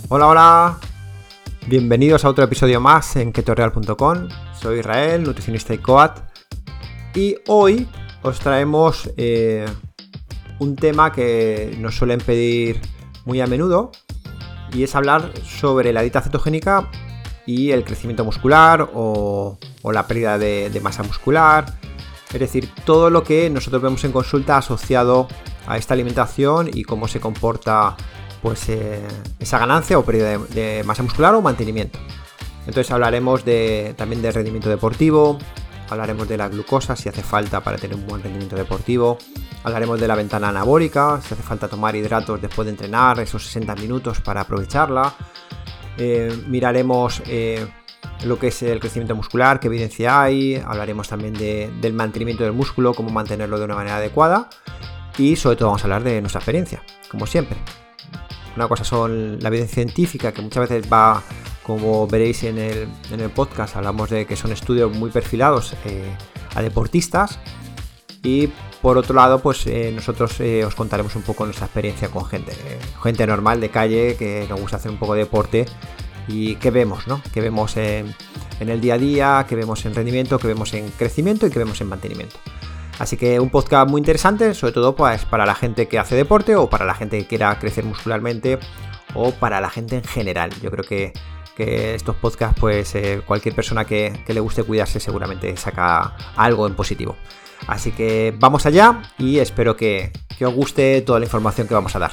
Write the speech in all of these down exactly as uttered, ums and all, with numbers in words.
Hola, hola, bienvenidos a otro episodio más en keto real punto com. Soy Israel, nutricionista y coach, y hoy os traemos eh, un tema que nos suelen pedir muy a menudo, y es hablar sobre la dieta cetogénica y el crecimiento muscular o, o la pérdida de, de masa muscular, es decir, todo lo que nosotros vemos en consulta asociado a esta alimentación y cómo se comporta pues eh, esa ganancia o pérdida de, de masa muscular o mantenimiento. Entonces hablaremos de, también del rendimiento deportivo, hablaremos de la glucosa si hace falta para tener un buen rendimiento deportivo, hablaremos de la ventana anabólica, si hace falta tomar hidratos después de entrenar, esos sesenta minutos para aprovecharla, eh, miraremos eh, lo que es el crecimiento muscular, qué evidencia hay, hablaremos también de, del mantenimiento del músculo, cómo mantenerlo de una manera adecuada, y sobre todo vamos a hablar de nuestra experiencia, como siempre. Una cosa son la evidencia científica, que muchas veces va, como veréis en el, en el podcast, hablamos de que son estudios muy perfilados eh, a deportistas, y por otro lado, pues eh, nosotros eh, os contaremos un poco nuestra experiencia con gente, eh, gente normal de calle que nos gusta hacer un poco de deporte y qué vemos, ¿no? Que vemos en, en el día a día, que vemos en rendimiento, que vemos en crecimiento y que vemos en mantenimiento. Así que un podcast muy interesante, sobre todo pues, para la gente que hace deporte o para la gente que quiera crecer muscularmente o para la gente en general. Yo creo que, que estos podcasts, pues eh, cualquier persona que, que le guste cuidarse seguramente saca algo en positivo. Así que vamos allá y espero que, que os guste toda la información que vamos a dar.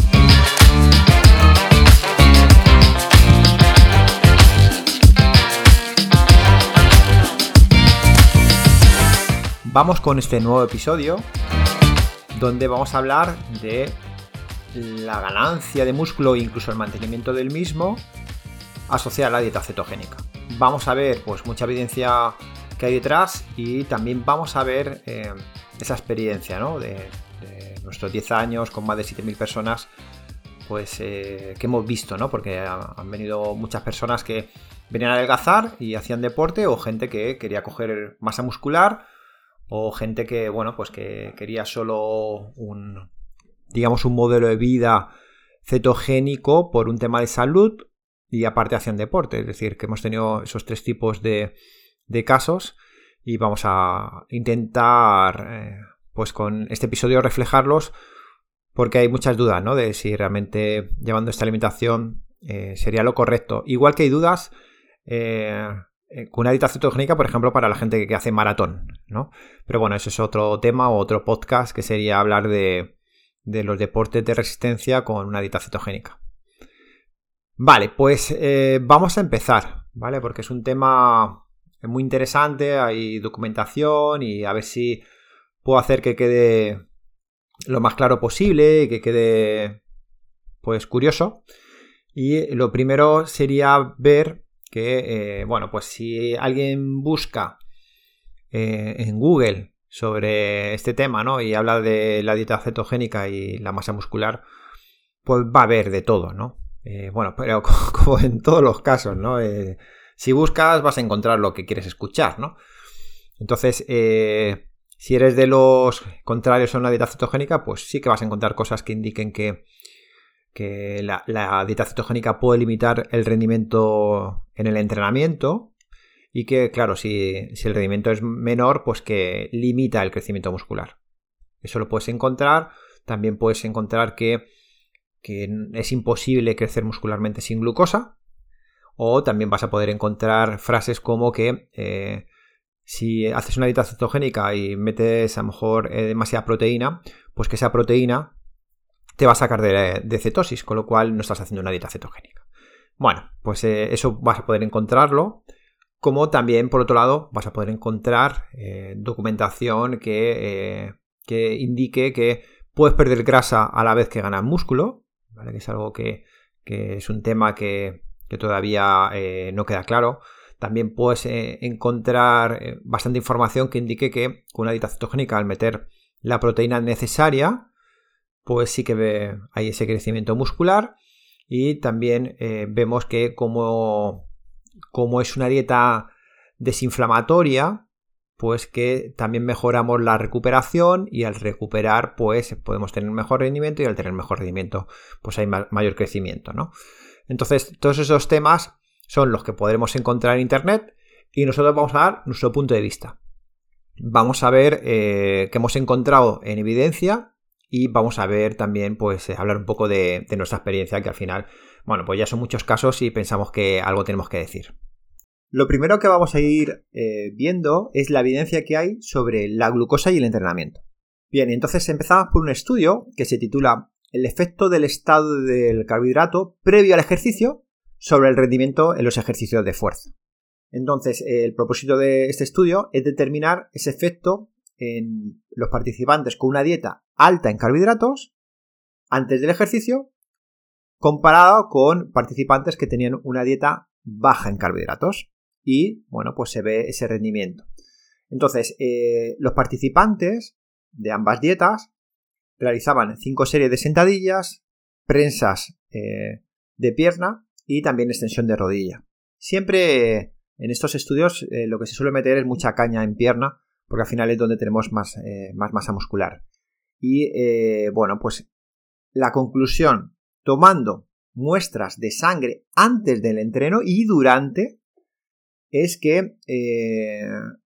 Vamos con este nuevo episodio donde vamos a hablar de la ganancia de músculo e incluso el mantenimiento del mismo asociada a la dieta cetogénica. Vamos a ver pues mucha evidencia que hay detrás y también vamos a ver eh, esa experiencia, ¿no? de, de nuestros diez años con más de siete mil personas pues eh, que hemos visto, ¿no? Porque han venido muchas personas que venían a adelgazar y hacían deporte, o gente que quería coger masa muscular, o gente que, bueno, pues que quería solo un, digamos, un modelo de vida cetogénico por un tema de salud y aparte hacían deporte. Es decir, que hemos tenido esos tres tipos de, de casos y vamos a intentar, eh, pues con este episodio reflejarlos, porque hay muchas dudas, ¿no? De si realmente llevando esta alimentación eh, sería lo correcto. Igual que hay dudas eh, con una dieta cetogénica, por ejemplo, para la gente que hace maratón, ¿no? Pero bueno, ese es otro tema o otro podcast, que sería hablar de, de los deportes de resistencia con una dieta cetogénica. Vale, pues eh, vamos a empezar, ¿vale? Porque es un tema muy interesante, hay documentación y a ver si puedo hacer que quede lo más claro posible y que quede, pues, curioso. Y lo primero sería ver que, eh, bueno, pues si alguien busca eh, en Google sobre este tema, ¿no? Y habla de la dieta cetogénica y la masa muscular, pues va a haber de todo, ¿no? Eh, bueno, pero como en todos los casos, ¿no? Eh, si buscas vas a encontrar lo que quieres escuchar, ¿no? Entonces, eh, si eres de los contrarios a una dieta cetogénica, pues sí que vas a encontrar cosas que indiquen que que la, la dieta cetogénica puede limitar el rendimiento en el entrenamiento y que, claro, si, si el rendimiento es menor, pues que limita el crecimiento muscular. Eso lo puedes encontrar. También puedes encontrar que, que es imposible crecer muscularmente sin glucosa, o también vas a poder encontrar frases como que eh, si haces una dieta cetogénica y metes a lo mejor eh, demasiada proteína, pues que esa proteína te va a sacar de, de cetosis, con lo cual no estás haciendo una dieta cetogénica. Bueno, pues eh, eso vas a poder encontrarlo, como también, por otro lado, vas a poder encontrar eh, documentación que, eh, que indique que puedes perder grasa a la vez que ganas músculo, ¿vale? Que es algo que, que es un tema que, que todavía eh, no queda claro. También puedes eh, encontrar eh, bastante información que indique que con una dieta cetogénica, al meter la proteína necesaria, pues sí que ve, hay ese crecimiento muscular. Y también eh, vemos que como, como es una dieta desinflamatoria, pues que también mejoramos la recuperación, y al recuperar pues podemos tener mejor rendimiento, y al tener mejor rendimiento pues hay ma- mayor crecimiento, ¿no? Entonces, todos esos temas son los que podremos encontrar en internet y nosotros vamos a dar nuestro punto de vista. Vamos a ver eh, qué hemos encontrado en evidencia y vamos a ver también, pues, eh, hablar un poco de, de nuestra experiencia, que al final, bueno, pues ya son muchos casos y pensamos que algo tenemos que decir. Lo primero que vamos a ir eh, viendo es la evidencia que hay sobre la glucosa y el entrenamiento. Bien, entonces empezamos por un estudio que se titula El efecto del estado del carbohidrato previo al ejercicio sobre el rendimiento en los ejercicios de fuerza. Entonces, el propósito de este estudio es determinar ese efecto en los participantes con una dieta alta en carbohidratos antes del ejercicio comparado con participantes que tenían una dieta baja en carbohidratos. Y, bueno, pues se ve ese rendimiento. Entonces, eh, los participantes de ambas dietas realizaban cinco series de sentadillas, prensas eh, de pierna y también extensión de rodilla. Siempre eh, en estos estudios eh, lo que se suele meter es mucha caña en pierna, porque al final es donde tenemos más, eh, más masa muscular. Y, eh, bueno, pues la conclusión, tomando muestras de sangre antes del entreno y durante, es que eh,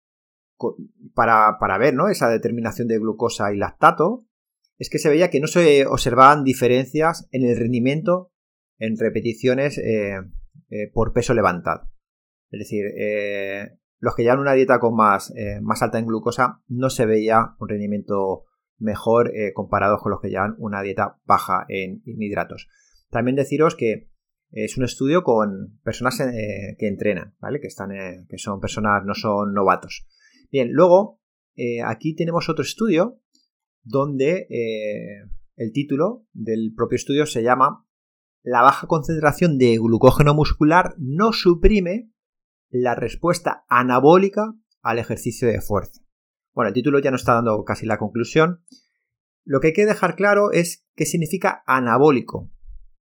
para, para ver, ¿no?, esa determinación de glucosa y lactato, es que se veía que no se observaban diferencias en el rendimiento en repeticiones eh, eh, por peso levantado. Es decir, eh, los que llevan una dieta con más, eh, más alta en glucosa no se veía un rendimiento mejor eh, comparado con los que llevan una dieta baja en, en hidratos. También deciros que es un estudio con personas eh, que entrenan, ¿vale? Que están, eh, que son personas, no son novatos. Bien, luego eh, aquí tenemos otro estudio donde eh, el título del propio estudio se llama La baja concentración de glucógeno muscular no suprime la respuesta anabólica al ejercicio de fuerza. Bueno, el título ya nos está dando casi la conclusión. Lo que hay que dejar claro es qué significa anabólico.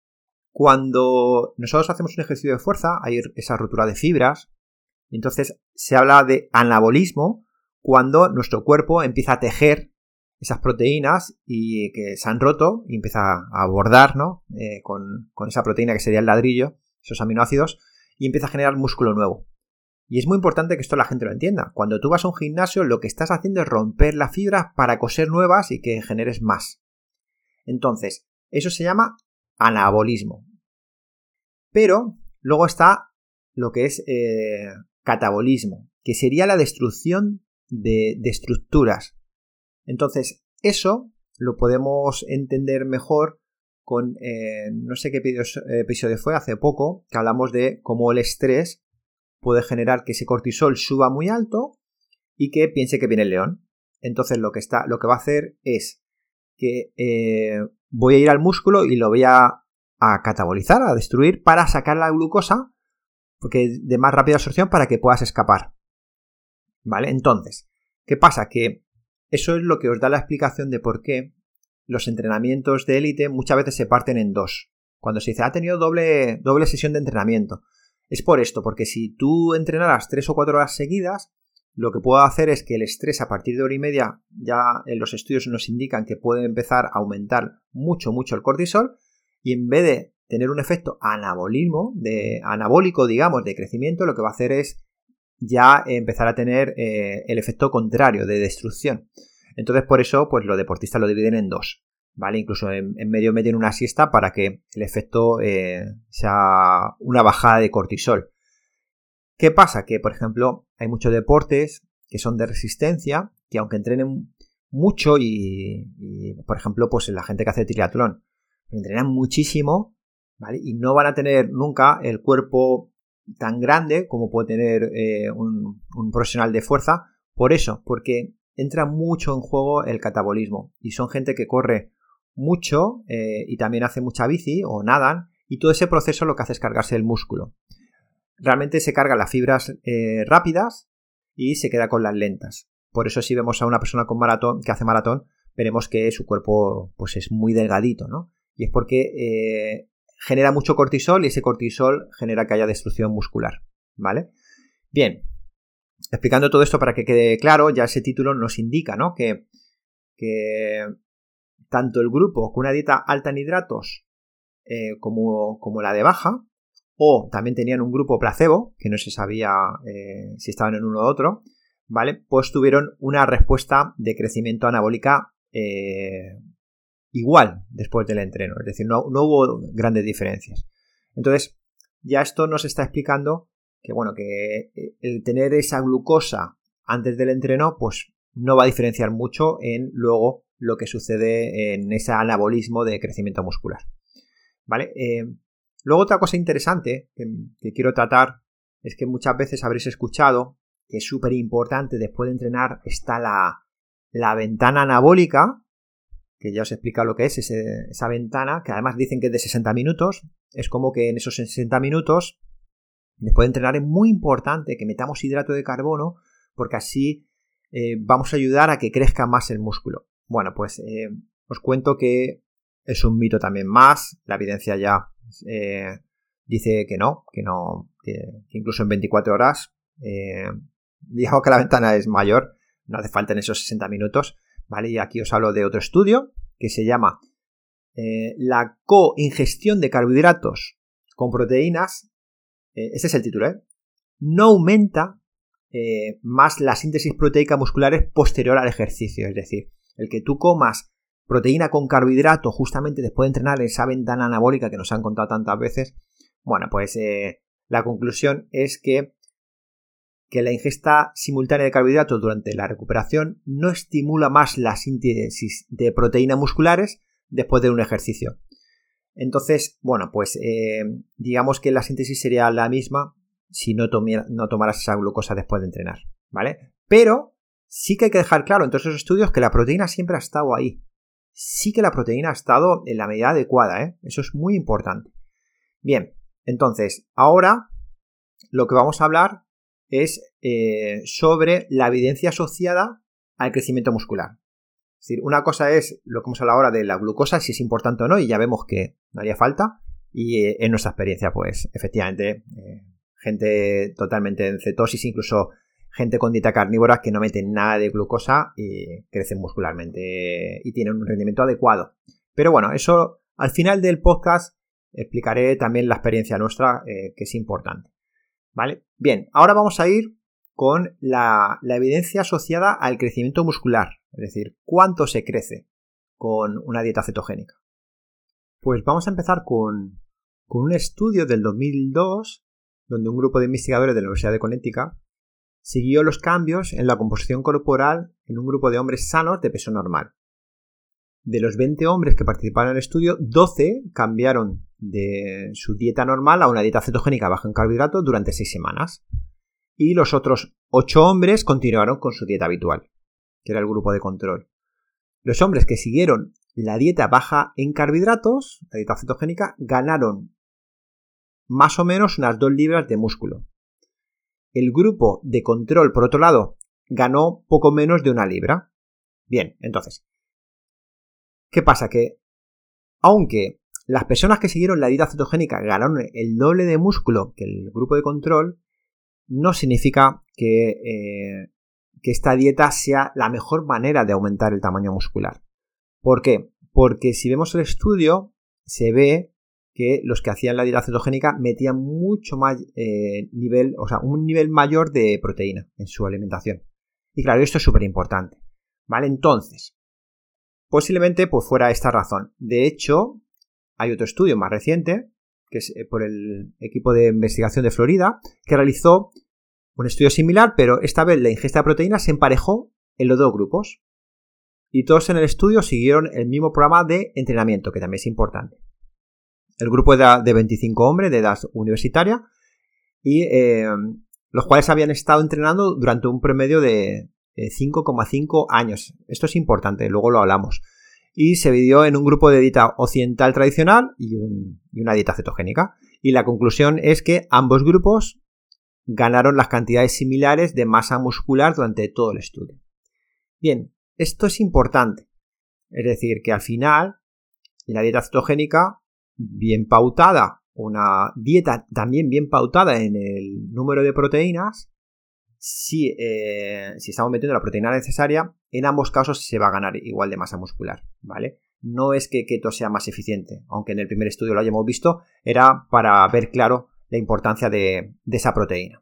Cuando nosotros hacemos un ejercicio de fuerza, hay esa rotura de fibras, y entonces se habla de anabolismo cuando nuestro cuerpo empieza a tejer esas proteínas y que se han roto y empieza a bordar, ¿no? eh, con, con esa proteína que sería el ladrillo, esos aminoácidos, y empieza a generar músculo nuevo. Y es muy importante que esto la gente lo entienda. Cuando tú vas a un gimnasio, lo que estás haciendo es romper las fibras para coser nuevas y que generes más. Entonces, eso se llama anabolismo. Pero luego está lo que es eh, catabolismo, que sería la destrucción de, de estructuras. Entonces, eso lo podemos entender mejor con, eh, no sé qué episodio fue, hace poco, que hablamos de cómo el estrés puede generar que ese cortisol suba muy alto y que piense que viene el león. Entonces, lo que, está, lo que va a hacer es que eh, voy a ir al músculo y lo voy a a catabolizar, a destruir, para sacar la glucosa porque de más rápida absorción para que puedas escapar. ¿Vale? Entonces, ¿qué pasa? Que eso es lo que os da la explicación de por qué los entrenamientos de élite muchas veces se parten en dos. Cuando se dice, ha tenido doble, doble sesión de entrenamiento. Es por esto, porque si tú entrenaras tres o cuatro horas seguidas, lo que puedo hacer es que el estrés a partir de hora y media, ya en los estudios nos indican que puede empezar a aumentar mucho, mucho el cortisol. Y en vez de tener un efecto anabolismo, de, anabólico, digamos, de crecimiento, lo que va a hacer es ya empezar a tener eh, el efecto contrario, de destrucción. Entonces, por eso, pues los deportistas lo dividen en dos, ¿vale? Incluso en, en medio meten una siesta para que el efecto eh, sea una bajada de cortisol. ¿Qué pasa? Que, por ejemplo, hay muchos deportes que son de resistencia, que aunque entrenen mucho y, y por ejemplo, pues la gente que hace triatlón, entrenan muchísimo, ¿vale? Y no van a tener nunca el cuerpo tan grande como puede tener eh, un, un profesional de fuerza. Por eso, porque entra mucho en juego el catabolismo. Y son gente que corre mucho eh, y también hace mucha bici o nadan. Y todo ese proceso lo que hace es cargarse el músculo. Realmente se cargan las fibras eh, rápidas y se queda con las lentas. Por eso si vemos a una persona con maratón, que hace maratón, veremos que su cuerpo pues, es muy delgadito, ¿no? Y es porque eh, genera mucho cortisol y ese cortisol genera que haya destrucción muscular, ¿vale? Bien, explicando todo esto para que quede claro, ya ese título nos indica, ¿no? Que, que tanto el grupo con una dieta alta en hidratos eh, como, como la de baja, o también tenían un grupo placebo, que no se sabía eh, si estaban en uno u otro, ¿vale? Pues tuvieron una respuesta de crecimiento anabólica eh, igual después del entreno, es decir, no, no hubo grandes diferencias. Entonces, ya esto nos está explicando que, bueno, que el tener esa glucosa antes del entreno, pues no va a diferenciar mucho en luego lo que sucede en ese anabolismo de crecimiento muscular, ¿vale? Eh, luego otra cosa interesante que, que quiero tratar es que muchas veces habréis escuchado que es súper importante después de entrenar está la, la ventana anabólica, que ya os he explicado lo que es ese, esa ventana, que además dicen que es de sesenta minutos. Es como que en esos sesenta minutos, después de entrenar, es muy importante que metamos hidrato de carbono, porque así eh, vamos a ayudar a que crezca más el músculo. Bueno, pues eh, os cuento que es un mito también más, la evidencia ya eh, dice que no, que no, que, que incluso en veinticuatro horas, eh, digamos que la ventana es mayor, no hace falta en esos sesenta minutos, ¿vale? Y aquí os hablo de otro estudio que se llama eh, la coingestión de carbohidratos con proteínas, eh, este es el título, ¿eh? No aumenta eh, más la síntesis proteica muscular posterior al ejercicio, es decir, el que tú comas proteína con carbohidrato justamente después de entrenar en esa ventana anabólica que nos han contado tantas veces, bueno, pues eh, la conclusión es que que la ingesta simultánea de carbohidratos durante la recuperación no estimula más la síntesis de proteínas musculares después de un ejercicio. Entonces, bueno, pues eh, digamos que la síntesis sería la misma si no, tomiera, no tomaras esa glucosa después de entrenar, ¿vale? Pero sí que hay que dejar claro en todos esos estudios que la proteína siempre ha estado ahí. Sí que la proteína ha estado en la medida adecuada, ¿eh? Eso es muy importante. Bien, entonces, ahora lo que vamos a hablar es eh, sobre la evidencia asociada al crecimiento muscular. Es decir, una cosa es lo que hemos hablado ahora de la glucosa, si es importante o no, y ya vemos que no haría falta, y eh, en nuestra experiencia, pues efectivamente, eh, gente totalmente en cetosis, incluso gente con dieta carnívora que no meten nada de glucosa y crecen muscularmente y tienen un rendimiento adecuado. Pero bueno, eso al final del podcast explicaré también la experiencia nuestra, eh, que es importante. ¿Vale? Bien, ahora vamos a ir con la, la evidencia asociada al crecimiento muscular, es decir, cuánto se crece con una dieta cetogénica. Pues vamos a empezar con, con un estudio del dos mil dos, donde un grupo de investigadores de la Universidad de Connecticut siguió los cambios en la composición corporal en un grupo de hombres sanos de peso normal. De los veinte hombres que participaron en el estudio, doce cambiaron de su dieta normal a una dieta cetogénica baja en carbohidratos durante seis semanas. Y los otros ocho hombres continuaron con su dieta habitual, que era el grupo de control. Los hombres que siguieron la dieta baja en carbohidratos, la dieta cetogénica, ganaron más o menos unas dos libras de músculo. El grupo de control, por otro lado, ganó poco menos de una libra. Bien, entonces, ¿qué pasa? Que aunque las personas que siguieron la dieta cetogénica ganaron el doble de músculo que el grupo de control, no significa que, eh, que esta dieta sea la mejor manera de aumentar el tamaño muscular. ¿Por qué? Porque si vemos el estudio, se ve que los que hacían la dieta cetogénica metían mucho más eh, nivel, o sea, un nivel mayor de proteína en su alimentación. Y claro, esto es súper importante, ¿vale? Entonces, posiblemente pues fuera esta razón. De hecho, hay otro estudio más reciente, que es por el equipo de investigación de Florida, que realizó un estudio similar, pero esta vez la ingesta de proteínas se emparejó en los dos grupos. Y todos en el estudio siguieron el mismo programa de entrenamiento, que también es importante. El grupo era de veinticinco hombres de edad universitaria, y eh, los cuales habían estado entrenando durante un promedio de cinco coma cinco años. Esto es importante, luego lo hablamos. Y se dividió en un grupo de dieta occidental tradicional y, un, y una dieta cetogénica. Y la conclusión es que ambos grupos ganaron las cantidades similares de masa muscular durante todo el estudio. Bien, esto es importante. Es decir, que al final, la dieta cetogénica, bien pautada, una dieta también bien pautada en el número de proteínas, si, eh, si estamos metiendo la proteína necesaria, en ambos casos se va a ganar igual de masa muscular, ¿vale? no es que keto sea más eficiente, aunque en el primer estudio lo hayamos visto, era para ver claro la importancia de, de esa proteína.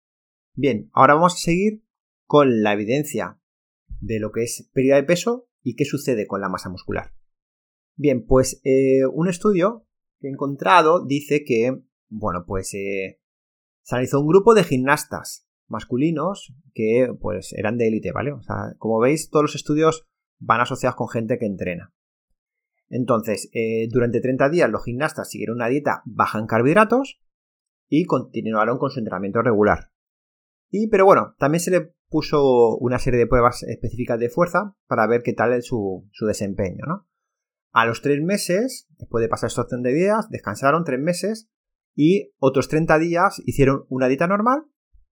Bien, ahora vamos a seguir con la evidencia de lo que es pérdida de peso y qué sucede con la masa muscular. Bien, pues eh, un estudio que he encontrado dice que, bueno, pues eh, se analizó un grupo de gimnastas masculinos que pues eran de élite, ¿vale? O sea, como veis, todos los estudios van asociados con gente que entrena. Entonces, eh, durante treinta días los gimnastas siguieron una dieta baja en carbohidratos y continuaron con su entrenamiento regular. Y, pero bueno, también se le puso una serie de pruebas específicas de fuerza para ver qué tal es su, su desempeño, ¿no? A los tres meses, después de pasar estos treinta días, descansaron tres meses y otros treinta días hicieron una dieta normal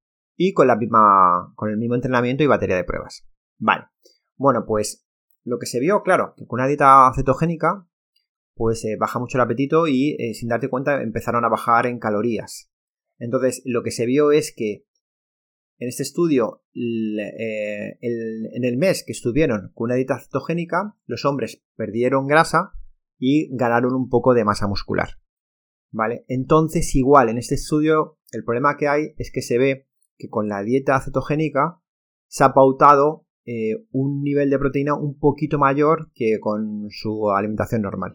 y con, la misma, con el mismo entrenamiento y batería de pruebas. Vale, bueno, pues lo que se vio, claro, que con una dieta cetogénica pues eh, baja mucho el apetito y eh, sin darte cuenta empezaron a bajar en calorías. Entonces lo que se vio es que en este estudio, el, eh, el, en el mes que estuvieron con una dieta cetogénica, los hombres perdieron grasa y ganaron un poco de masa muscular. ¿Vale? Entonces, igual, en este estudio, el problema que hay es que se ve que con la dieta cetogénica se ha pautado eh, un nivel de proteína un poquito mayor que con su alimentación normal.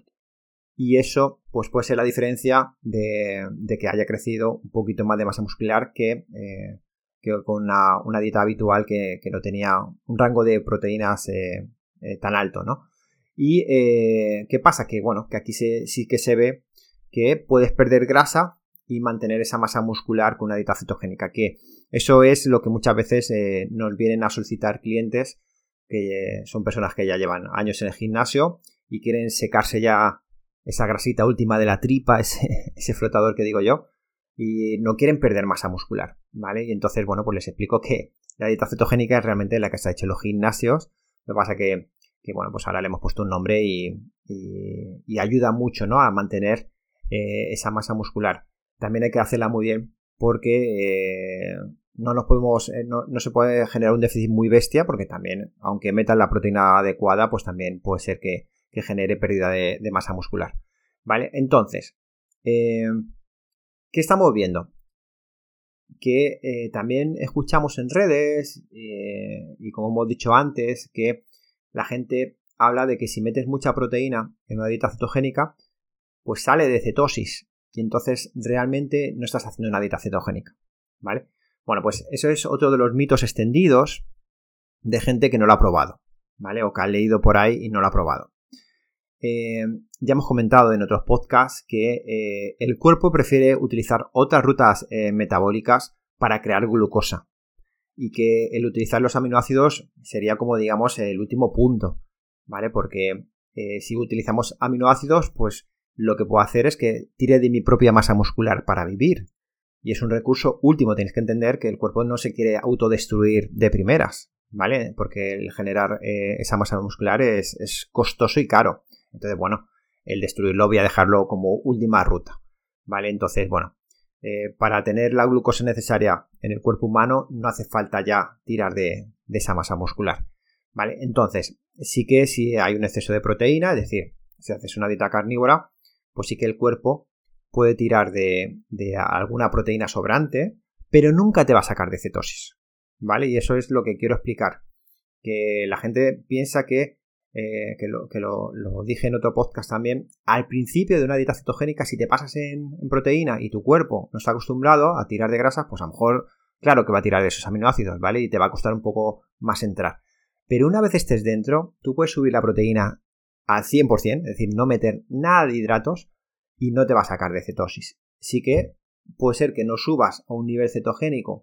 Y eso pues puede ser la diferencia de, de que haya crecido un poquito más de masa muscular que... Eh, que con una, una dieta habitual que, que no tenía un rango de proteínas eh, eh, tan alto, ¿no? Y eh, ¿qué pasa? Que bueno, que aquí se, sí que se ve que puedes perder grasa y mantener esa masa muscular con una dieta cetogénica, que eso es lo que muchas veces eh, nos vienen a solicitar clientes que eh, son personas que ya llevan años en el gimnasio y quieren secarse ya esa grasita última de la tripa, ese, ese flotador que digo yo, y no quieren perder masa muscular, ¿vale? Y entonces, bueno, pues les explico que la dieta cetogénica es realmente la que se ha hecho en los gimnasios. Lo que pasa que, que bueno, pues ahora le hemos puesto un nombre y, y, y ayuda mucho, ¿no? A mantener eh, esa masa muscular. También hay que hacerla muy bien porque eh, no nos podemos, eh, no, no se puede generar un déficit muy bestia, porque también, aunque metan la proteína adecuada, pues también puede ser que, que genere pérdida de, de masa muscular, ¿vale? Entonces, eh, ¿qué estamos viendo? Que eh, también escuchamos en redes eh, y como hemos dicho antes, que la gente habla de que si metes mucha proteína en una dieta cetogénica, pues sale de cetosis y entonces realmente no estás haciendo una dieta cetogénica, ¿vale? Bueno, pues eso es otro de los mitos extendidos de gente que no lo ha probado, ¿vale? O que ha leído por ahí y no lo ha probado. Eh, ya hemos comentado en otros podcasts que eh, el cuerpo prefiere utilizar otras rutas eh, metabólicas para crear glucosa y que el utilizar los aminoácidos sería como digamos el último punto, ¿vale? Porque eh, si utilizamos aminoácidos, pues lo que puedo hacer es que tire de mi propia masa muscular para vivir y es un recurso último. Tenéis que entender que el cuerpo no se quiere autodestruir de primeras, ¿vale? Porque el generar eh, esa masa muscular es, es costoso y caro. Entonces, bueno, el destruirlo voy a dejarlo como última ruta, ¿vale? Entonces, bueno, eh, para tener la glucosa necesaria en el cuerpo humano no hace falta ya tirar de, de esa masa muscular, ¿vale? Entonces, sí que si hay un exceso de proteína, es decir, si haces una dieta carnívora, pues sí que el cuerpo puede tirar de, de alguna proteína sobrante, pero nunca te va a sacar de cetosis, ¿vale? Y eso es lo que quiero explicar, que la gente piensa que Eh, que, lo, que lo, lo dije en otro podcast también, al principio de una dieta cetogénica, si te pasas en, en proteína y tu cuerpo no está acostumbrado a tirar de grasas, pues a lo mejor, claro que va a tirar de esos aminoácidos, ¿vale? Y te va a costar un poco más entrar. Pero una vez estés dentro, tú puedes subir la proteína al cien por ciento, es decir, no meter nada de hidratos y no te va a sacar de cetosis. Sí que puede ser que no subas a un nivel cetogénico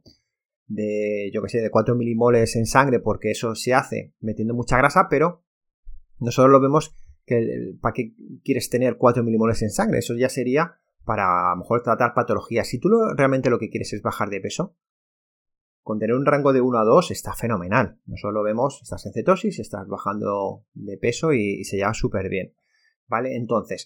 de, yo que sé, de cuatro milimoles en sangre, porque eso se hace metiendo mucha grasa, pero nosotros lo vemos que ¿para qué quieres tener cuatro milimoles en sangre? Eso ya sería para a lo mejor tratar patologías. Si tú lo, realmente lo que quieres es bajar de peso, con tener un rango de uno a dos está fenomenal. Nosotros lo vemos, estás en cetosis, estás bajando de peso y, y se lleva súper bien, ¿vale? Entonces,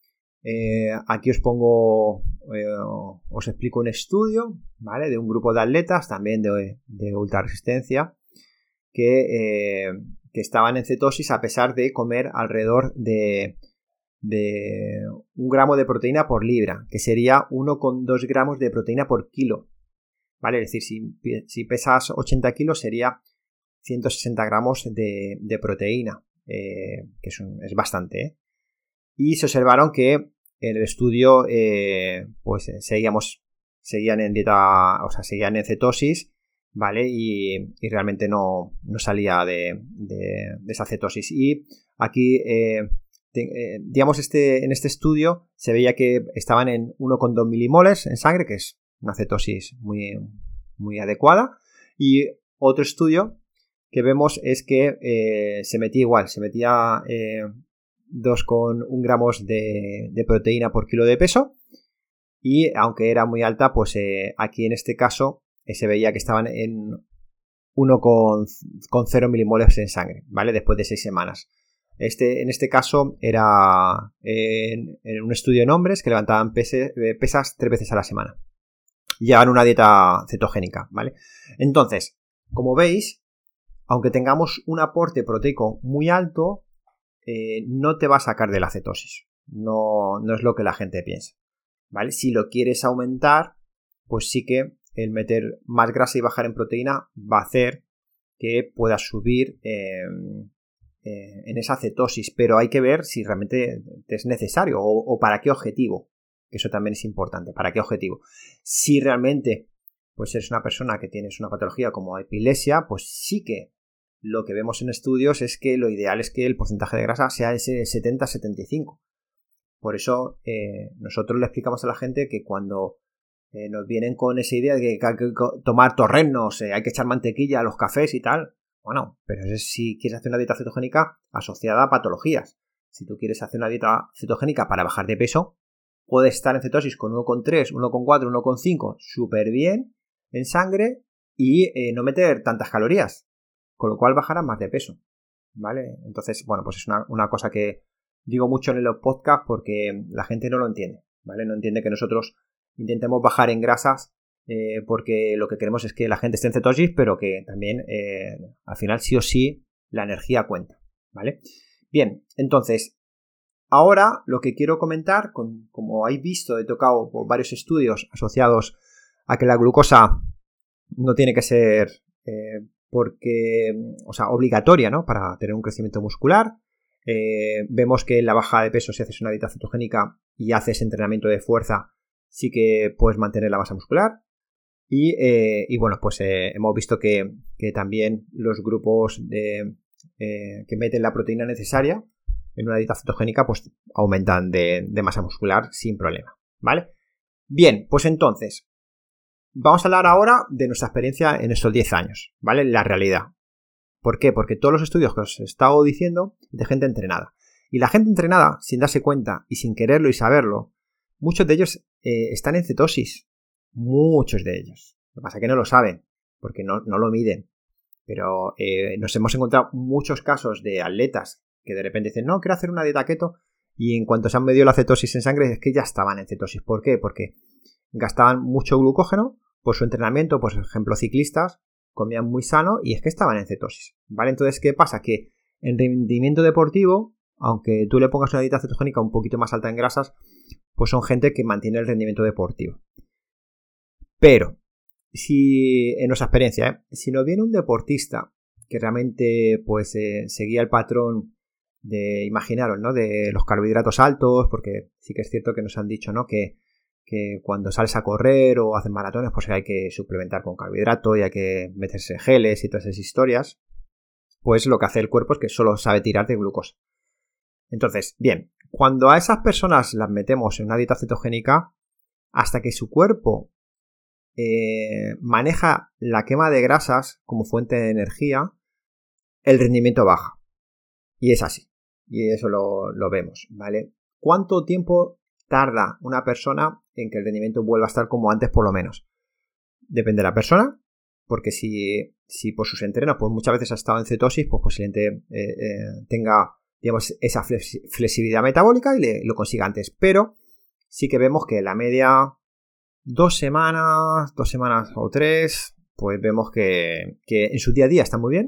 eh, aquí os pongo, eh, os explico un estudio, ¿vale? De un grupo de atletas, también de, de ultra resistencia, que... Eh, que estaban en cetosis a pesar de comer alrededor de, de un gramo de proteína por libra, que sería uno coma dos gramos de proteína por kilo. ¿Vale? Es decir, si, si pesas ochenta kilos sería ciento sesenta gramos de, de proteína, eh, que es, un, es bastante, ¿eh? Y se observaron que en el estudio eh, pues seguíamos, seguían en dieta, o sea, seguían en cetosis, ¿vale? Y, y realmente no, no salía de, de, de esa cetosis. Y aquí, eh, te, eh, digamos, este, en este estudio se veía que estaban en uno coma dos milimoles en sangre, que es una cetosis muy, muy adecuada. Y otro estudio que vemos es que eh, se metía igual, se metía eh, dos coma uno gramos de, de proteína por kilo de peso, y aunque era muy alta, pues eh, aquí en este caso eh, se veía que estaban en uno coma cero milimoles en sangre, ¿vale? Después de seis semanas. Este, en este caso era eh, en, en un estudio en hombres que levantaban pese, pesas tres veces a la semana. Llevan una dieta cetogénica, ¿vale? Entonces, como veis, aunque tengamos un aporte proteico muy alto, eh, no te va a sacar de la cetosis. No, no es lo que la gente piensa, ¿vale? Si lo quieres aumentar, pues sí que el meter más grasa y bajar en proteína va a hacer que puedas subir eh, eh, en esa cetosis, pero hay que ver si realmente es necesario o, o para qué objetivo, que eso también es importante, para qué objetivo. Si realmente pues eres una persona que tienes una patología como epilepsia, pues sí que lo que vemos en estudios es que lo ideal es que el porcentaje de grasa sea ese setenta a setenta y cinco. Por eso eh, nosotros le explicamos a la gente que cuando eh, nos vienen con esa idea de que hay que tomar torrenos, eh, hay que echar mantequilla a los cafés y tal, bueno, pero es si quieres hacer una dieta cetogénica asociada a patologías. Si tú quieres hacer una dieta cetogénica para bajar de peso, puedes estar en cetosis con uno coma tres, uno coma cuatro, uno coma cinco súper bien en sangre y eh, no meter tantas calorías, con lo cual bajarás más de peso, ¿vale? Entonces, bueno, pues es una, una cosa que digo mucho en los podcasts porque la gente no lo entiende, ¿vale? No entiende que nosotros intentemos bajar en grasas eh, porque lo que queremos es que la gente esté en cetosis, pero que también eh, al final sí o sí la energía cuenta, ¿vale? Bien, entonces, ahora lo que quiero comentar, con, como habéis visto, he tocado varios estudios asociados a que la glucosa no tiene que ser eh, porque, o sea, obligatoria, ¿no? Para tener un crecimiento muscular. Eh, vemos que en la bajada de peso, si haces una dieta cetogénica y haces entrenamiento de fuerza, sí que puedes mantener la masa muscular. Y, eh, y bueno, pues eh, hemos visto que, que también los grupos de, eh, que meten la proteína necesaria en una dieta cetogénica pues aumentan de, de masa muscular sin problema, ¿vale? Bien, pues entonces vamos a hablar ahora de nuestra experiencia en estos diez años, ¿vale? La realidad. ¿Por qué? Porque todos los estudios que os he estado diciendo de gente entrenada. Y la gente entrenada, sin darse cuenta y sin quererlo y saberlo, muchos de ellos eh, están en cetosis. Muchos de ellos. Lo que pasa es que no lo saben, porque no, no lo miden. Pero eh, nos hemos encontrado muchos casos de atletas que de repente dicen, no, quiero hacer una dieta keto, y en cuanto se han medido la cetosis en sangre es que ya estaban en cetosis. ¿Por qué? Porque gastaban mucho glucógeno por su entrenamiento, por ejemplo ciclistas, comían muy sano y es que estaban en cetosis, ¿vale? Entonces, ¿qué pasa? Que en rendimiento deportivo, aunque tú le pongas una dieta cetogénica un poquito más alta en grasas, pues son gente que mantiene el rendimiento deportivo. Pero, si en nuestra experiencia, ¿eh? si nos viene un deportista que realmente pues eh, seguía el patrón de, imaginaros, ¿no? De los carbohidratos altos, porque sí que es cierto que nos han dicho, ¿no? Que que cuando sales a correr o haces maratones pues hay que suplementar con carbohidrato y hay que meterse geles y todas esas historias, pues lo que hace el cuerpo es que solo sabe tirar de glucosa. Entonces, bien, cuando a esas personas las metemos en una dieta cetogénica, hasta que su cuerpo eh, maneja la quema de grasas como fuente de energía, el rendimiento baja. Y es así. Y eso lo, lo vemos, ¿vale? ¿Cuánto tiempo tarda una persona en que el rendimiento vuelva a estar como antes por lo menos? Depende de la persona, porque si, si por sus entrenos pues muchas veces ha estado en cetosis, pues posiblemente eh, eh, tenga, digamos, esa flexibilidad metabólica y le, lo consiga antes. Pero sí que vemos que la media dos semanas, dos semanas o tres, pues vemos que, que en su día a día está muy bien,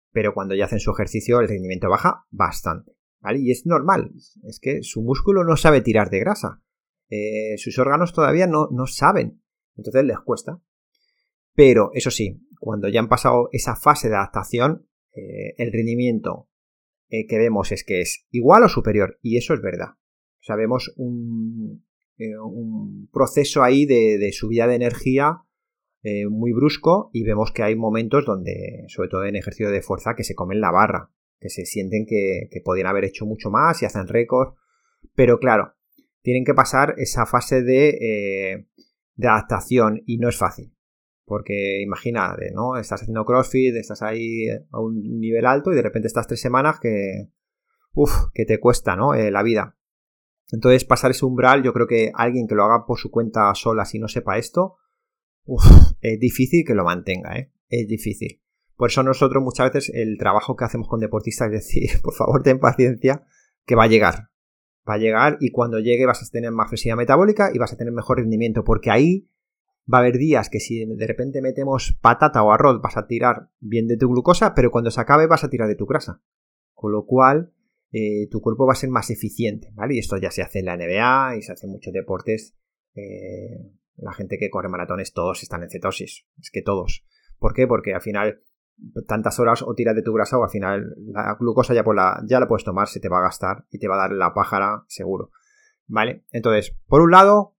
pero cuando ya hacen su ejercicio el rendimiento baja bastante, ¿vale? Y es normal, es que su músculo no sabe tirar de grasa, eh, sus órganos todavía no, no saben, entonces les cuesta. Pero eso sí, cuando ya han pasado esa fase de adaptación, eh, el rendimiento eh, que vemos es que es igual o superior, y eso es verdad. O sea, vemos un, eh, un proceso ahí de, de subida de energía eh, muy brusco, y vemos que hay momentos donde, sobre todo en ejercicio de fuerza, que se comen la barra, que se sienten que, que podrían haber hecho mucho más y hacen récord, pero claro, tienen que pasar esa fase de, eh, de adaptación, y no es fácil. Porque imagina, ¿no? Estás haciendo CrossFit, estás ahí a un nivel alto y de repente estás tres semanas que, uf, que te cuesta, ¿no? Eh, la vida. Entonces pasar ese umbral, yo creo que alguien que lo haga por su cuenta sola, si no sepa esto, uf, es difícil que lo mantenga, ¿eh? Es difícil. Por eso nosotros muchas veces el trabajo que hacemos con deportistas es decir, por favor ten paciencia, que va a llegar. Va a llegar, y cuando llegue vas a tener más flexibilidad metabólica y vas a tener mejor rendimiento, porque ahí va a haber días que si de repente metemos patata o arroz vas a tirar bien de tu glucosa, pero cuando se acabe vas a tirar de tu grasa. Con lo cual eh, tu cuerpo va a ser más eficiente, ¿vale? Y esto ya se hace en la N B A y se hace en muchos deportes. Eh, la gente que corre maratones, todos están en cetosis. Es que todos. ¿Por qué? Porque al final tantas horas o tiras de tu grasa o al final la glucosa ya, por la, ya la puedes tomar, se te va a gastar y te va a dar la pájara seguro. ¿Vale? Entonces, por un lado,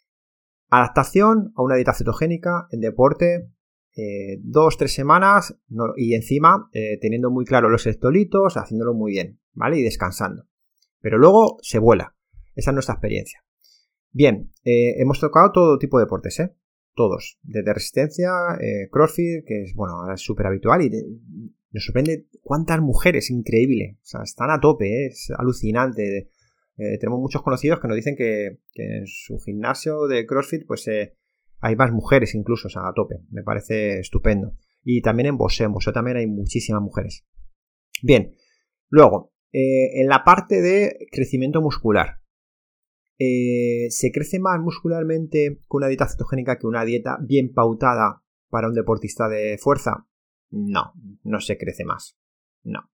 adaptación a una dieta cetogénica en deporte, eh, dos, tres semanas no, y encima eh, teniendo muy claro los electrolitos, haciéndolo muy bien, ¿vale? Y descansando. Pero luego se vuela. Esa es nuestra experiencia. Bien, eh, hemos tocado todo tipo de deportes, ¿eh? Todos. Desde resistencia, eh, CrossFit, que es, bueno, es súper habitual y de, nos sorprende cuántas mujeres, increíble. O sea, están a tope, ¿eh? Es alucinante. Eh, tenemos muchos conocidos que nos dicen que, que en su gimnasio de CrossFit pues eh, hay más mujeres incluso, o sea, a tope. Me parece estupendo. Y también en boxeo, en boxeo también hay muchísimas mujeres. Bien, luego, eh, en la parte de crecimiento muscular. Eh, ¿Se crece más muscularmente con una dieta cetogénica que una dieta bien pautada para un deportista de fuerza? No, no se crece más. No.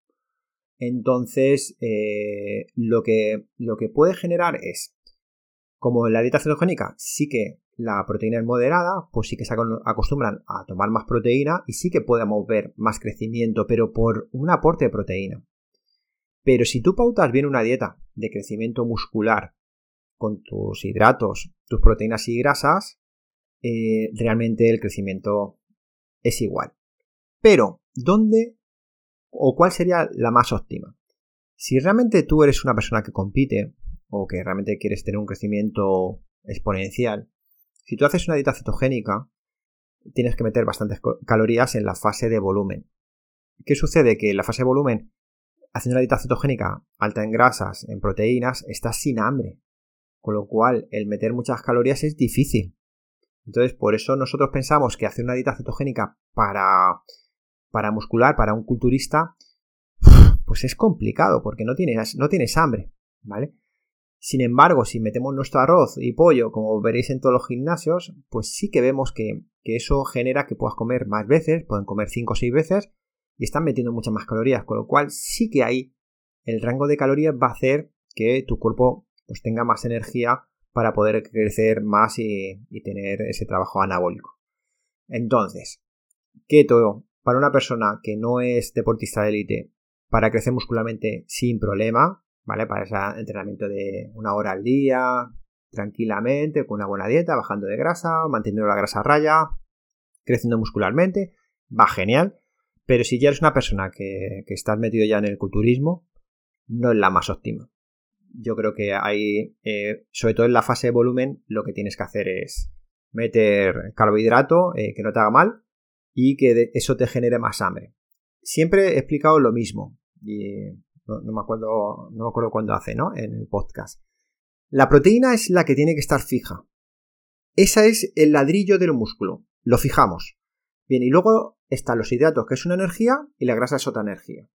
Entonces, eh, lo, que, lo que puede generar es, como en la dieta cetogénica sí que la proteína es moderada, pues sí que se acostumbran a tomar más proteína y sí que podemos ver más crecimiento, pero por un aporte de proteína. Pero si tú pautas bien una dieta de crecimiento muscular con tus hidratos, tus proteínas y grasas, eh, realmente el crecimiento es igual. Pero, ¿dónde o cuál sería la más óptima? Si realmente tú eres una persona que compite o que realmente quieres tener un crecimiento exponencial, si tú haces una dieta cetogénica, tienes que meter bastantes calorías en la fase de volumen. ¿Qué sucede? Que en la fase de volumen, haciendo una dieta cetogénica alta en grasas, en proteínas, estás sin hambre. Con lo cual, el meter muchas calorías es difícil. Entonces, por eso nosotros pensamos que hacer una dieta cetogénica para... para muscular, para un culturista, pues es complicado porque no tienes, no tienes hambre, ¿vale? Sin embargo, si metemos nuestro arroz y pollo, como veréis en todos los gimnasios, pues sí que vemos que, que eso genera que puedas comer más veces, pueden comer cinco o seis veces y están metiendo muchas más calorías, con lo cual sí que ahí el rango de calorías va a hacer que tu cuerpo pues tenga más energía para poder crecer más y, y tener ese trabajo anabólico. Entonces, keto para una persona que no es deportista de élite, para crecer muscularmente sin problema, ¿vale? Para ese entrenamiento de una hora al día, tranquilamente, con una buena dieta, bajando de grasa, manteniendo la grasa a raya, creciendo muscularmente, va genial. Pero si ya eres una persona que, que estás metido ya en el culturismo, no es la más óptima. Yo creo que hay, eh, sobre todo en la fase de volumen, lo que tienes que hacer es meter carbohidrato eh, que no te haga mal y que eso te genere más hambre. Siempre he explicado lo mismo y no, no me acuerdo, no me acuerdo cuándo hace, ¿no? En el podcast. La proteína es la que tiene que estar fija. Esa es el ladrillo del músculo. Lo fijamos. Bien, y luego están los hidratos, que es una energía, y la grasa es otra energía.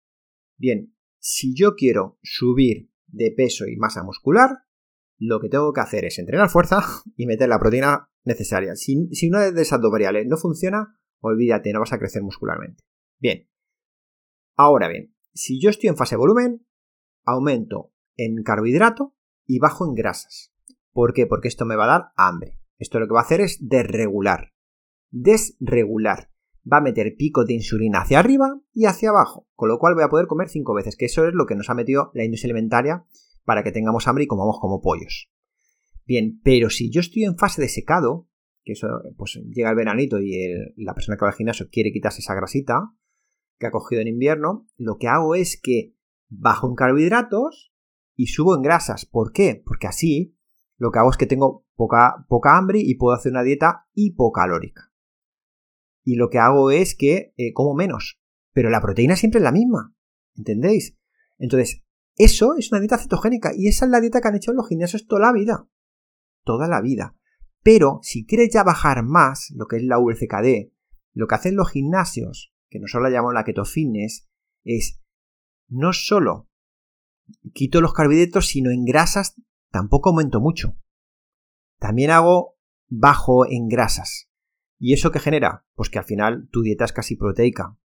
Bien, si yo quiero subir de peso y masa muscular, lo que tengo que hacer es entrenar fuerza y meter la proteína necesaria. Si, si una de esas dos variables no funciona, olvídate, no vas a crecer muscularmente. Bien, Ahora bien, si yo estoy en fase de volumen, aumento en carbohidrato y bajo en grasas. ¿Por qué? Porque esto me va a dar hambre. Esto lo que va a hacer es desregular. Desregular. Va a meter picos de insulina hacia arriba y hacia abajo, con lo cual voy a poder comer cinco veces, que eso es lo que nos ha metido la industria alimentaria para que tengamos hambre y comamos como pollos. Bien, pero si yo estoy en fase de secado, que eso pues llega el veranito y el, la persona que va al gimnasio quiere quitarse esa grasita que ha cogido en invierno, lo que hago es que bajo en carbohidratos y subo en grasas. ¿Por qué? Porque así lo que hago es que tengo poca, poca hambre y puedo hacer una dieta hipocalórica. Y lo que hago es que eh, como menos, pero la proteína siempre es la misma, ¿entendéis? Entonces, eso es una dieta cetogénica y esa es la dieta que han hecho en los gimnasios toda la vida, toda la vida. Pero si quieres ya bajar más, lo que es la U R C K D, lo que hacen los gimnasios, que nosotros la llamamos la keto fitness, es no solo quito los carbohidratos, sino en grasas tampoco aumento mucho. También hago bajo en grasas. ¿Y eso qué genera? Pues que al final tu dieta es casi proteica.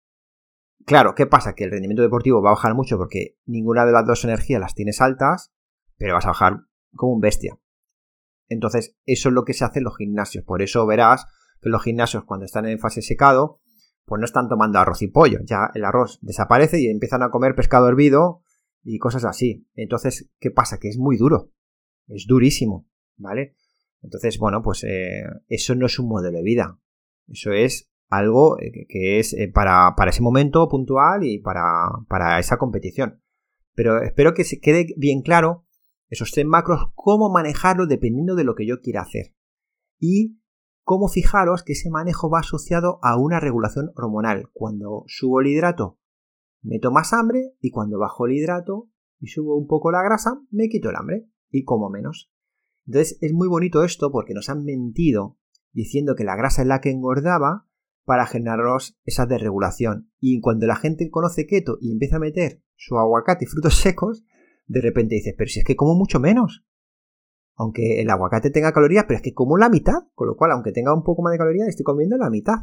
Claro, ¿qué pasa? Que el rendimiento deportivo va a bajar mucho porque ninguna de las dos energías las tienes altas, pero vas a bajar como un bestia. Entonces, eso es lo que se hace en los gimnasios. Por eso verás que los gimnasios, cuando están en fase secado, pues no están tomando arroz y pollo. Ya el arroz desaparece y empiezan a comer pescado hervido y cosas así. Entonces, ¿qué pasa? Que es muy duro. Es durísimo, ¿vale? Entonces, bueno, pues eh, eso no es un modelo de vida. Eso es algo que, que es eh, para, para ese momento puntual y para, para esa competición. Pero espero que se quede bien claro esos tres macros, cómo manejarlos dependiendo de lo que yo quiera hacer. Y cómo fijaros que ese manejo va asociado a una regulación hormonal. Cuando subo el hidrato, meto más hambre, y cuando bajo el hidrato y subo un poco la grasa, me quito el hambre y como menos. Entonces es muy bonito esto porque nos han mentido diciendo que la grasa es la que engordaba para generarnos esa desregulación. Y cuando la gente conoce keto y empieza a meter su aguacate y frutos secos, de repente dices, pero si es que como mucho menos. Aunque el aguacate tenga calorías, pero es que como la mitad, con lo cual aunque tenga un poco más de calorías, estoy comiendo la mitad.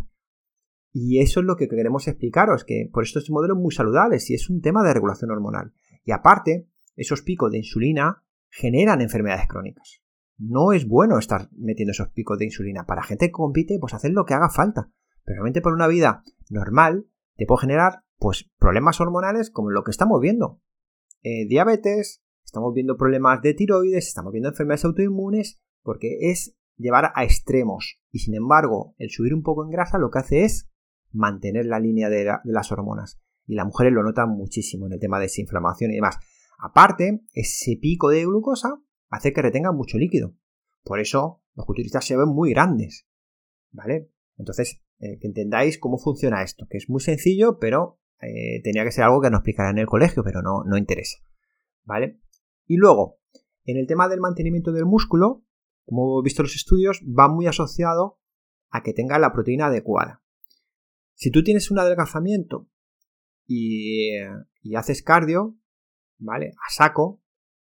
Y eso es lo que queremos explicaros, que por esto este modelo es muy saludable, si es un tema de regulación hormonal. Y aparte, esos picos de insulina generan enfermedades crónicas. No es bueno estar metiendo esos picos de insulina. Para gente que compite, pues hacer lo que haga falta. Pero realmente por una vida normal te puede generar pues problemas hormonales como lo que estamos viendo. Eh, diabetes, estamos viendo problemas de tiroides, estamos viendo enfermedades autoinmunes, porque es llevar a extremos. Y sin embargo, el subir un poco en grasa lo que hace es mantener la línea de, la, de las hormonas. Y las mujeres lo notan muchísimo en el tema de desinflamación y demás. Aparte, ese pico de glucosa hace que retengan mucho líquido. Por eso los culturistas se ven muy grandes, ¿vale? Entonces, eh, que entendáis cómo funciona esto, que es muy sencillo, pero eh, tenía que ser algo que nos explicaran en el colegio, pero no, no interesa, ¿vale? Y luego, en el tema del mantenimiento del músculo, como hemos visto en los estudios, va muy asociado a que tenga la proteína adecuada. Si tú tienes un adelgazamiento y, y haces cardio, ¿vale? A saco,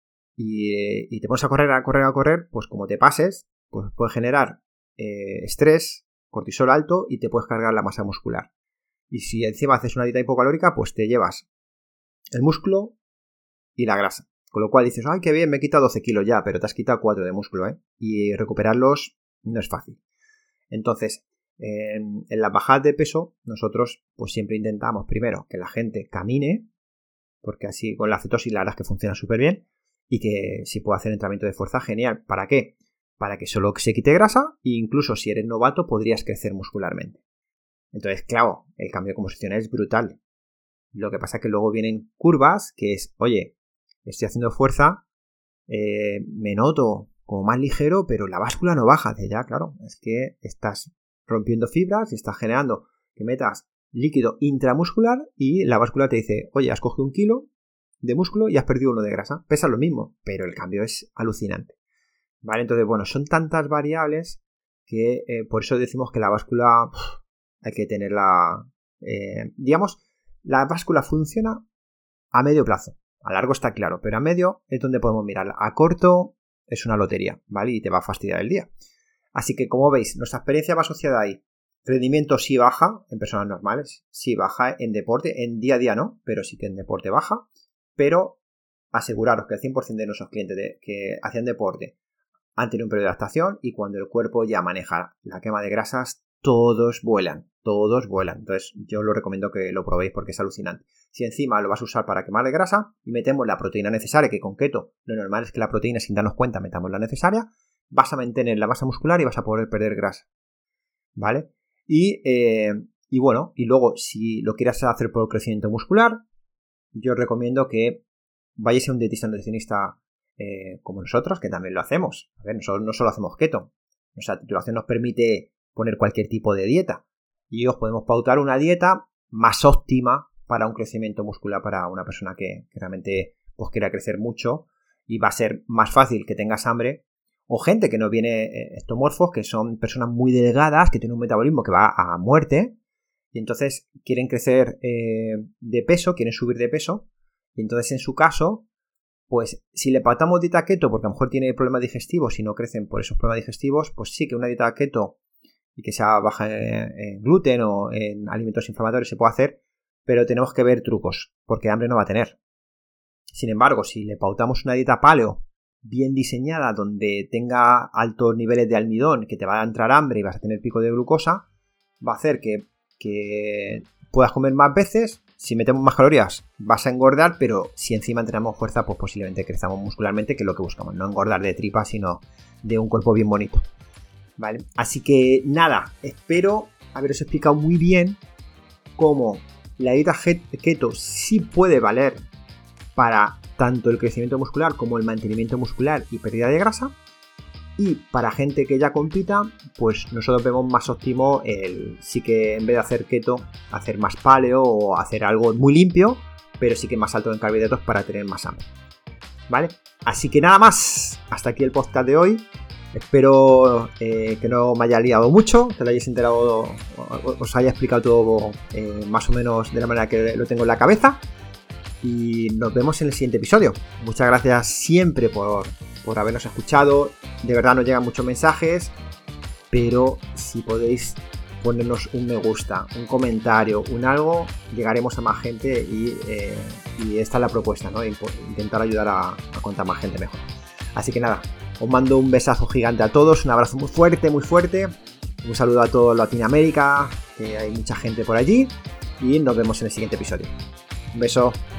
y, y te pones a correr, a correr, a correr, pues como te pases, pues puede generar eh, estrés, cortisol alto y te puedes cargar la masa muscular. Y si encima haces una dieta hipocalórica, pues te llevas el músculo y la grasa. Con lo cual dices, ay, qué bien, me he quitado doce kilos ya, pero te has quitado cuatro de músculo, ¿eh? Y recuperarlos no es fácil. Entonces, en, en las bajadas de peso, nosotros pues siempre intentamos primero que la gente camine, porque así con la cetosis la verdad es que funciona súper bien, y que si puede hacer entrenamiento de fuerza, genial. ¿Para qué? Para que solo se quite grasa e incluso si eres novato podrías crecer muscularmente. Entonces, claro, el cambio de composición es brutal. Lo que pasa es que luego vienen curvas que es, oye, estoy haciendo fuerza, eh, me noto como más ligero, pero la báscula no baja. De ya, claro, es que estás rompiendo fibras y estás generando que metas líquido intramuscular y la báscula te dice, oye, has cogido un kilo de músculo y has perdido uno de grasa. Pesa lo mismo, pero el cambio es alucinante. ¿Vale? Entonces, bueno, son tantas variables que eh, por eso decimos que la báscula uf, hay que tenerla, eh, digamos, la báscula funciona a medio plazo. A largo está claro, pero a medio es donde podemos mirarla. A corto es una lotería, ¿vale? Y te va a fastidiar el día. Así que, como veis, nuestra experiencia va asociada ahí. Rendimiento sí baja en personas normales, sí baja en deporte, en día a día no, pero sí que en deporte baja. Pero aseguraros que el cien por ciento de nuestros clientes de, que hacían deporte han tenido un periodo de adaptación y cuando el cuerpo ya maneja la quema de grasas, todos vuelan, todos vuelan. Entonces yo os lo recomiendo que lo probéis porque es alucinante. Si encima lo vas a usar para quemar de grasa y metemos la proteína necesaria, que con keto lo normal es que la proteína sin darnos cuenta metamos la necesaria, vas a mantener la masa muscular y vas a poder perder grasa. ¿Vale? Y, eh, y bueno, y luego si lo quieres hacer por crecimiento muscular, yo os recomiendo que vayáis a un dietista nutricionista eh, como nosotros, que también lo hacemos. A ver, nosotros no solo hacemos keto, nuestra titulación nos permite poner cualquier tipo de dieta y os podemos pautar una dieta más óptima para un crecimiento muscular para una persona que, que realmente pues, quiera crecer mucho y va a ser más fácil que tengas hambre. O gente que no viene eh, ectomorfos, que son personas muy delgadas, que tienen un metabolismo que va a muerte y entonces quieren crecer eh, de peso, quieren subir de peso y entonces en su caso, pues si le pautamos dieta keto porque a lo mejor tiene problemas digestivos y no crecen por esos problemas digestivos, pues sí que una dieta keto y que sea baja en, en gluten o en alimentos inflamatorios se puede hacer, pero tenemos que ver trucos porque hambre no va a tener. Sin embargo, si le pautamos una dieta paleo bien diseñada donde tenga altos niveles de almidón, que te va a entrar hambre y vas a tener pico de glucosa, va a hacer que, que puedas comer más veces. Si metemos más calorías vas a engordar, pero si encima entrenamos fuerza, pues posiblemente crezamos muscularmente, que es lo que buscamos, no engordar de tripa, sino de un cuerpo bien bonito. ¿Vale? Así que nada, espero haberos explicado muy bien cómo la dieta keto sí puede valer para tanto el crecimiento muscular como el mantenimiento muscular y pérdida de grasa. Y para gente que ya compita, pues nosotros vemos más óptimo el sí que en vez de hacer keto, hacer más paleo o hacer algo muy limpio, pero sí que más alto en carbohidratos para tener más hambre. ¿Vale? Así que nada más, hasta aquí el podcast de hoy. Espero eh, que no me haya liado mucho, que lo hayáis enterado, os haya explicado todo eh, más o menos de la manera que lo tengo en la cabeza. Y nos vemos en el siguiente episodio. Muchas gracias siempre por, por habernos escuchado. De verdad nos llegan muchos mensajes, pero si podéis ponernos un me gusta, un comentario, un algo, llegaremos a más gente y, eh, y esta es la propuesta, ¿no? Intentar ayudar a, a contar más gente mejor. Así que nada, os mando un besazo gigante a todos, un abrazo muy fuerte, muy fuerte. Un saludo a toda Latinoamérica, que hay mucha gente por allí. Y nos vemos en el siguiente episodio. Un beso.